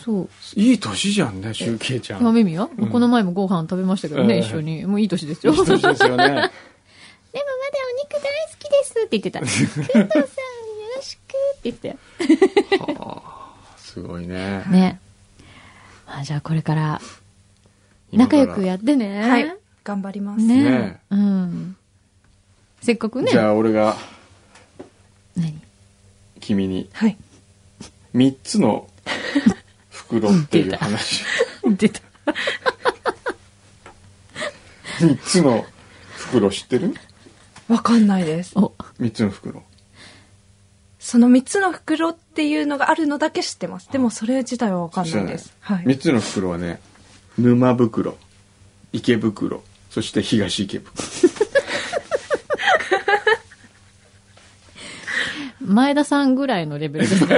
そう。 いい年じゃんね、シュウケイちゃん。 まみみは、 うん、 この前もご飯食べましたけどね、えー、一緒に。もういい年ですよ。 いい年ですよね。でもまだお肉大好きですって言ってた。くんどうさん、よろしくって言って。 はあ、すごいね。 ね。まあ、じゃあこれから、仲良くやってね。 はい。頑張ります。 ね。ね、うん。せっかくね。 じゃあ俺が、 何君に、 はい。 みっつの袋っていう話。 出た。 みっつの袋知ってる？ わかんないです。 みっつの袋。 そのみっつの袋っていうのがあるのだけ知ってます。でもそれ自体はわかんないです。はい。 みっつの袋はね、沼袋、池袋、そして東池袋。 前田さんぐらいのレベルですね。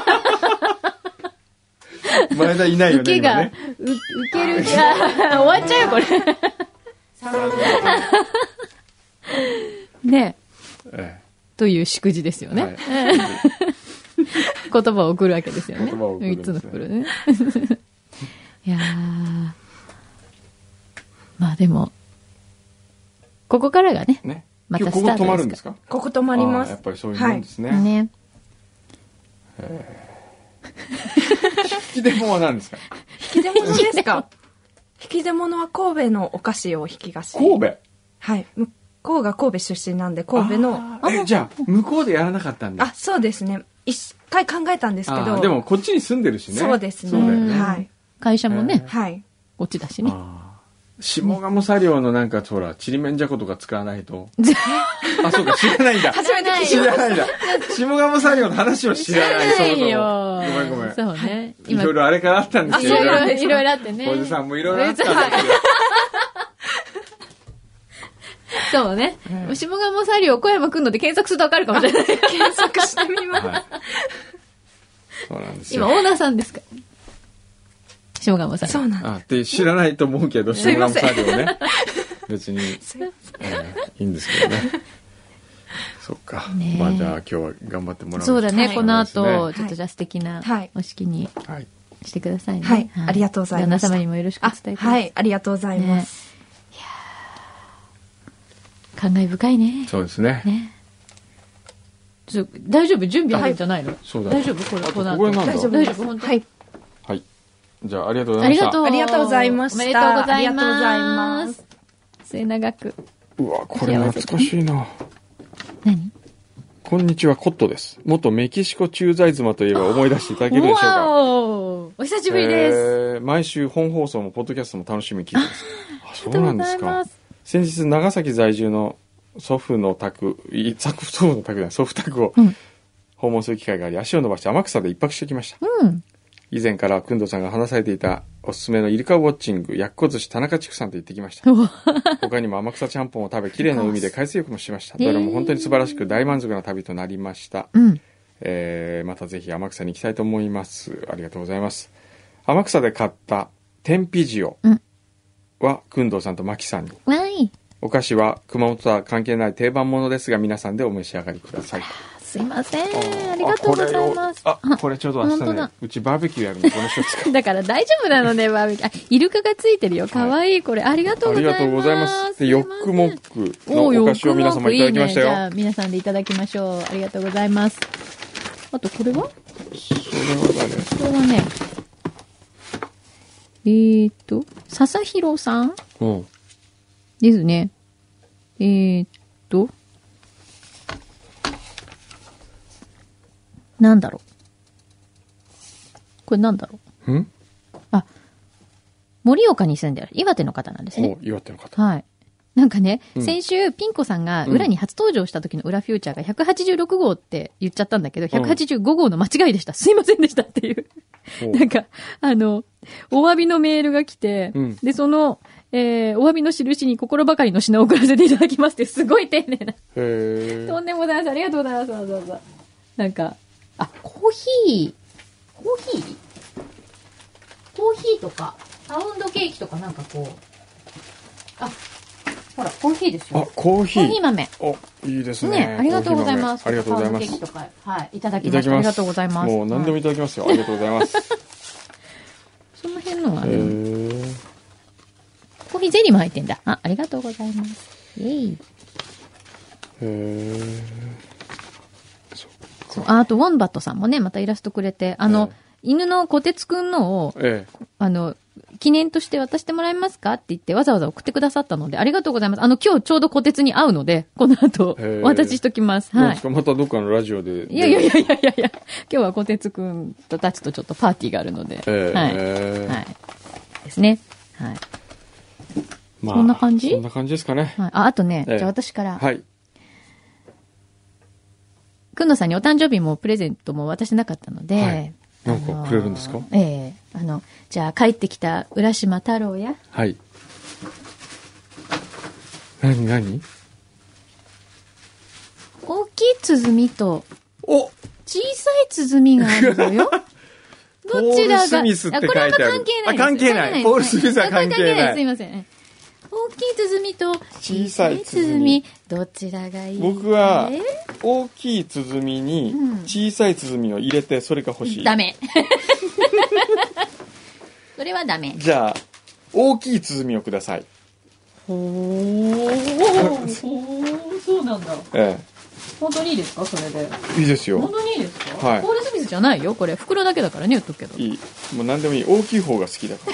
前田いないよね。 受けが、 ね、 う受けるじゃ終わっちゃうよこれ。ねえ、ええ。という祝辞ですよね。はい、言葉を送るわけですよね。みっつの袋ね。いやー、まあでもここからがね。ね、またスタートですか。 ここ止まるんですか？ ここ止まります。 やっぱりそういうもんですね。 はい、ね。 引き出物は何ですか？ 引き出物ですか？引き出物は神戸のお菓子を引き出し。 神戸？ はい。向こうが神戸出身なんで、神戸の。 え、じゃあ、向こうでやらなかったんだ。 あ、そうですね。一回考えたんですけど。 でも、こっちに住んでるしね。 そうですね。 そうだよね。 はい。 会社もね。 はい。 こっちだしね。 下鴨茶寮のなんか、ほら、ちりめんじゃことか使わないと。あ、そうか、知らないんだ。 初めて聞いた。 知らないんだ。下鴨茶寮の話を知らない。 そうそう。ごめんごめん。 そうね。 いろいろあれからあったんですよ。いろいろあってね。 小津さんもいろいろあったんですよ。 そうね。下鴨茶寮小山くんので検索するとわかるかもしれない。 検索してみます。 そうなんですよ。 今、オーナーさんですか？下鴨茶寮。 そうなんです。で、知らないと思うけど、下鴨茶寮ね。別に、いいんですけどね。そっか。まあじゃあ今日は頑張ってもらう。 そうだね。この後、ちょっとじゃあ素敵なお式にしてくださいね。 はい。ありがとうございます。 旦那様にもよろしくお伝えください。 はい。ありがとうございます。 感慨深いね。 そうですね。 ね。大丈夫？準備あるんじゃないの？ そうだ。 大丈夫？これ、この後。 大丈夫？ 大丈夫？本当？ はい。 はい。じゃあ、ありがとうございました。 ありがとうございました。 おめでとうございます。 ありがとうございます。 末永く。 うわ、これ懐かしいな。 何？ こんにちは、コットです。元メキシコ駐在妻といえば思い出していただけるでしょうか。 お久しぶりです。 えー、毎週本放送もポッドキャストも楽しみに聞いてます。あ、そうなんですか。先日長崎在住の祖父の宅、祖父の宅じゃない、祖父宅を訪問する機会があり、足を伸ばして天草で一泊してきました。 うん、 以前から工藤さんが話されていたおすすめのイルカウォッチング、やっこ寿司田中畜産と行ってきました。他にも天草ちゃんぽんを食べ、綺麗な海で海水浴もしました。どれも本当に素晴らしく大満足な旅となりました。 うん、 えー、またぜひ天草に行きたいと思います。ありがとうございます。天草で買った天日塩は工藤さんと牧さんに。 わい。 お菓子は熊本とは関係ない定番ものですが、皆さんでお召し上がりください。 すいません。ありがとうございます。 あ、これ, あこれちょうど明日ね、うちバーベキューやるの、この人使う。 だから大丈夫なのね、バーベキュー。あ、イルカがついてるよ。かわいい、これ。ありがとうございます。 ありがとうございます。で、ヨックモックのお菓子を皆様いただきましたよ。 いいね、じゃあ、皆さんでいただきましょう。ありがとうございます。あと、これはそれは誰？ これはね、えーっと、笹弘さん、 うん、 ですね。えーっと、なんだろう。これなんだろう。ん？ あ、盛岡に住んでる岩手の方なんですね。 岩手の方。 はい。なんかね、 うん、 先週ピン子さんが裏に初登場した時の裏フューチャーがひゃくはちじゅうろく号って言っちゃったんだけど、ひゃくはちじゅうご号の間違いでした。すいませんでしたっていう。なんか、あの、お詫びのメールが来て、 うん、 で、その、えー、お詫びの印に心ばかりの品を送らせていただきますって、すごい丁寧な。 へー。 とんでもございません。ありがとうございます。そうそうそう。なんか、あ、コーヒー、コーヒーコーヒーとか、パウンドケーキとかなんかこう、あ、ほら、コーヒーですよ。 あ、コーヒー。 コーヒー豆。 お、いいですね。 ね、ありがとうございます。 ありがとうございます。 パウンドケーキとか、はい、いただきました。ありがとうございます。 もう何でもいただきますよ。はい、ありがとうございます。 のは、ね、コーヒーゼリーも入ってんだ。あ、ありがとうございます。イェイ。 へー。 そう、あと、ウォンバットさんもね、またイラストくれて、あの、えー、犬のこてつくんのを、ええ、あの、記念として渡してもらえますかって言ってわざわざ送ってくださったので、ありがとうございます。あの、今日ちょうどこてつに会うので、この後、お渡ししときます。はい。 またどっかのラジオで。 いやいやいやいやいやいや、今日はこてつくんとたちとちょっとパーティーがあるので、 えー、 はい。 えー、 はい。ですね。はい。 まあ、 そんな感じそんな感じですかね。 はい。あ、あとね、 えー、 じゃあ私から。 はい。 くんのさんにお誕生日もプレゼントも渡してなかったので、はい、 なんかくれるんですか？ ええー、あの、じゃあ帰ってきた浦島太郎や。 はい。何何？ 大きい鼓と、 お小さい鼓があるのよ。どちらが、 ポール・スミスって書いてある。 これは関係ないです。 あ、関係ない。ポール・スミスは関係ない。 すいません。大きい鼓と小さい鼓、 どちらがいい？ 僕は大きい鼓に小さい鼓を入れてそれが欲しい。うん、 ダメ。それはダメ。 じゃあ大きい鼓をください。 ほー、そうなんだ。 ええ。 本当にいいですか、それで？ いいですよ。 本当にいいですか？ はい。 ポール・スミスじゃないよ、これ袋だけだからね、言っとくけど。 いい。もう何でもいい。大きい方が好きだから。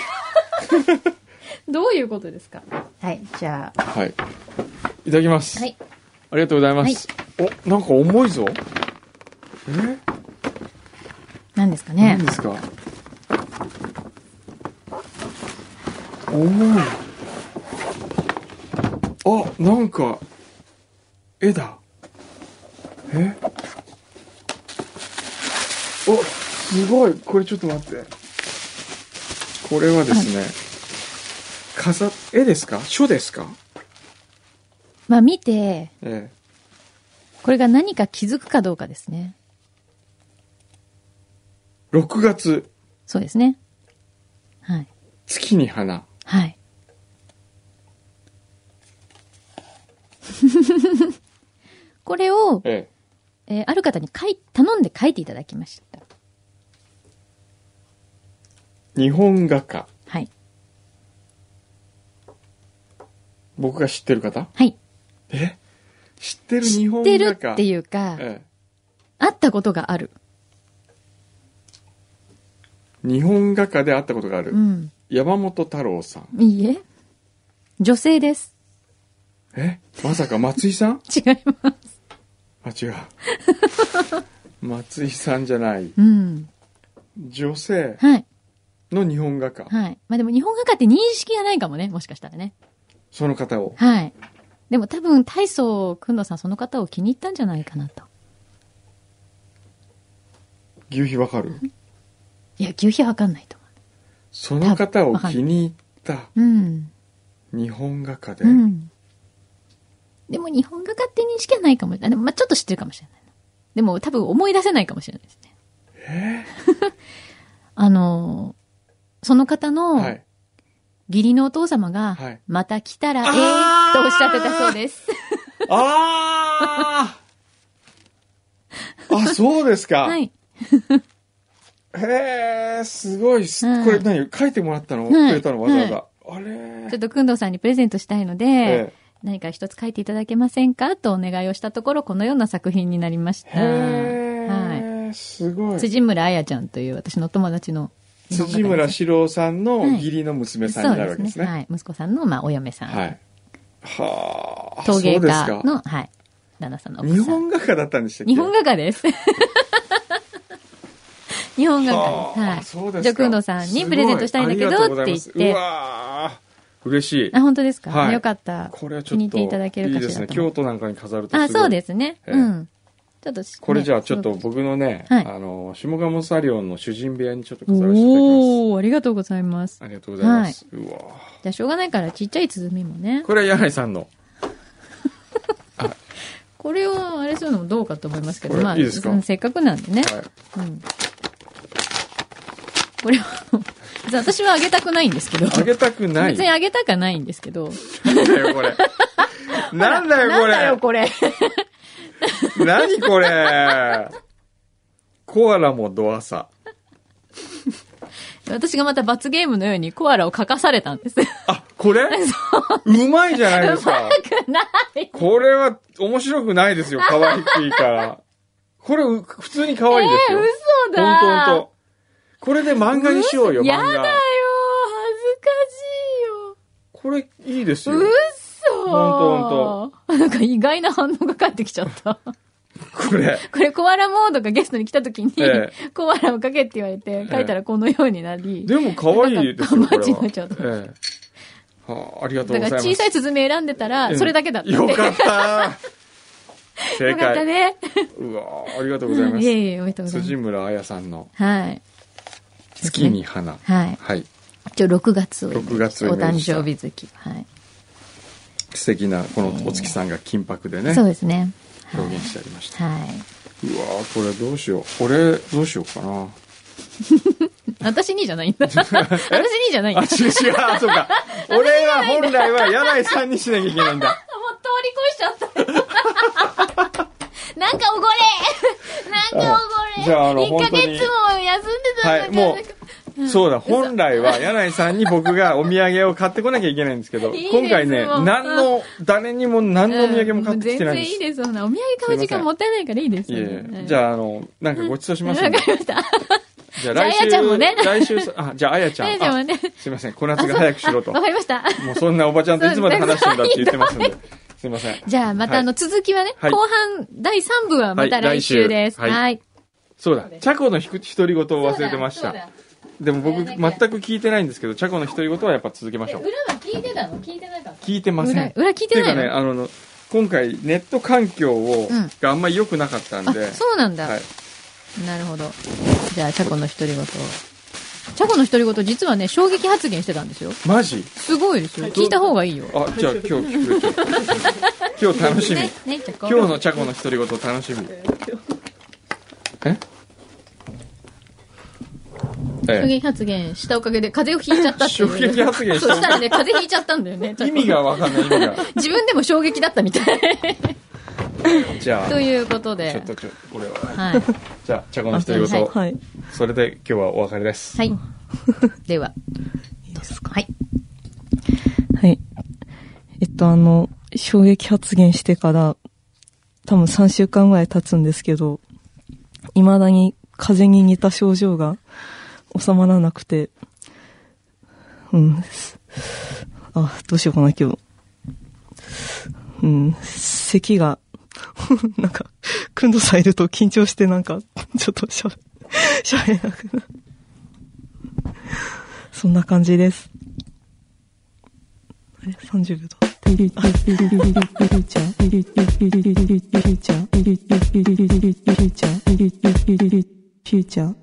どういうことですか？はい、じゃあ。 はい。いただきます。 はい。 ありがとうございます。はい、お、なんか重いぞ。え？ 何ですかね？ 何ですか？重い。あ、なんか、絵だ。え？お、すごい。これちょっと待って。これはですね、飾、絵ですか？書ですか？ まあ見て、 ええ、 これが何か気づくかどうかですね。 ろくがつ。 そうですね。はい。 月に花。 はい。これを、 えええー、ある方に書い頼んで書いていただきました。 日本画家。 はい。 僕が知ってる方？ はい。 え？知ってる日本画家？ 知ってるっていうか、 ええ、 会ったことがある。 日本画家で会ったことがある。 うん。 山本太郎さん。 いいえ。女性です。 え？まさか松井さん？ 違います。 あ、違う。松井さんじゃない。 うん。 女性の日本画家。 はい。まあでも日本画家って認識がないかもね、もしかしたらね。 その方を。 はい。でも多分大層くんのさんその方を気に入ったんじゃないかなと。 牛皮わかる？ いや、牛皮わかんないと思う。 その方を気に入った。 うん。 日本画家で。 うん。でも日本画家って認識はないかも。でもまあちょっと知ってるかもしれない。でも多分思い出せないかもしれないですね。 えー、 あの、その方の、はい、義理のお父様が、はい、また来たらええとおっしゃってたそうです。 あああ、そうですか。 はい。 へえ、すごい。うん、これ何書いてもらったの、はい、くれたのわざわざ。はい、あれちょっとくんどうさんにプレゼントしたいので、ええ、何か一つ書いていただけませんかとお願いをしたところ、このような作品になりました。 へー、はい、すごい。 辻村彩ちゃんという私の友達の。 辻村四郎さんの義理の娘さんになるわけですね。 はい、そうですね。はい。息子さんの、まあ、お嫁さん。 はい。はあ。 陶芸家の、はい。旦那さんの奥さん。 日本画家だったんでしたっけ？ 日本画家です。日本画家です。はい。 そうですか。 じゃあ、くんどさんにプレゼントしたいんだけど、って言って。 うわー、嬉しい。 あ、本当ですか？はい、よかった。 これはちょっと。気に入っていただけるかしらと。 いいですね。京都なんかに飾るとすごい。 あ、そうですね。うん。ちょっと、ね、 これじゃあちょっと僕のね、はい、あの、下鴨サリオンの主人部屋にちょっと飾らせていただきます。 おー、ありがとうございます。 ありがとうございます。はい、うわじゃあしょうがないからちっちゃい鼓もね。 これは柳井さんの。 これはあれするのもどうかと思いますけど、まあ、 いいですか？ せっかくなんでね。はい。うん。これは、私はあげたくないんですけど。 あげたくない？ 別にあげたかないんですけど。 なんだよこれ。なんだよこれ。 なんだよこれ。 何これ。コアラもドアサ。 私がまた罰ゲームのようにコアラを描かされたんです。 あ、これうまいじゃないですか。 うまくない。 これは面白くないですよ。可愛いから。これ普通に可愛いですよ。 えー、嘘だ。 ほんとほんと。これで漫画にしようよ、漫画。 やだよ。恥ずかしいよ。 これいいですよ。 嘘。 ほんとほんと。なんか意外な反応が返ってきちゃった。 これ。 これコアラモードがゲストに来た時に、 ええ、 コアラをかけって言われて、書いたらこのようになり。 ええ、でも可愛いですよ、これは。 になっちゃった。 ええ、はあ、ありがとうございます。 だから小さいスズメ選んでたら、それだけだった、 ええ。よかった正解。 よかったね。 うわありがとうございます。 いえいえ、おめでとうございます。 辻村彩さんの。 はい。 月に花。 はい。 はい。 一応ろくがつを。 ろくがつを。 お誕生日月。はい。 素敵な、このお月さんが金箔でね。 そうですね。 表現してありました。 はい。 うわーこれどうしよう。これどうしようかな。 私にじゃないんだ。私にじゃないんだ。 あ、違う違う、あ、そうか。俺は本来は柳井さんにしなきゃいけないんだ。 もう通り越しちゃった。なんかおごれなんかおごれじゃあ、あの、 いっかげつも休んでたんだけど。 はい、もう、そうだ、本来は柳井さんに僕がお土産を買ってこなきゃいけないんですけど、今回ね、何の、誰にも何のお土産も買ってきてないんです。 全然いいです。お土産買う時間もったいないからいいです。 いえ、じゃあ、あの、なんかごちそうしますわかりました。 じゃあ来週、 あやちゃんもね。 来週、あ、じゃああやちゃん。あやちゃんもね。すいません、小夏が早くしろと。 わかりました。 もうそんなおばちゃんといつまで話してんだって言ってますんで。すいません。 じゃあまたあの続きはね、後半だいさん部はまた来週です。はい。 そうだ、チャコの独り言を忘れてました。でも僕全く聞いてないんですけど、チャコの独り言はやっぱ続けましょう。 裏は聞いてたの？聞いてなかった？ 聞いてません。 裏聞いてないの？ っていうかね、あの、今回ネット環境を、があんまり良くなかったんで。 そうなんだ。はい。なるほど。じゃあ、チャコの独り言。チャコの独り言、実はね、衝撃発言してたんですよ。 マジ？ すごいですよ。聞いた方がいいよ。 あ、じゃあ今日聞くれて。今日楽しみ。ねね、今日のチャコの独り言楽しみ。え衝撃発言したおかげで風邪をひいちゃったっていう。 衝撃発言した。 そしたらね、風邪ひいちゃったんだよね。 意味がわかんない、意味が。 自分でも衝撃だったみたい。 じゃあ。 ということで。 ちょっと、ちょっと、これは。 はい。 じゃあ、チャコの独り言。はい。それで今日はお別れです。 はい。では。いいですか？はい。 はい。えっと、あの、衝撃発言してから、多分さんしゅうかんぐらい経つんですけど、未だに風邪に似た症状が収まらなくて、うん。あ、どうしようかな、今日。うん、咳が、なんか、くんどさんいると緊張してなんか、ちょっとしゃべ、しゃべれなくなる。そんな感じです。え、さんじゅうびょうだ。フューチャー、フューチャー、フューチャー、フューチャー、フューチャー。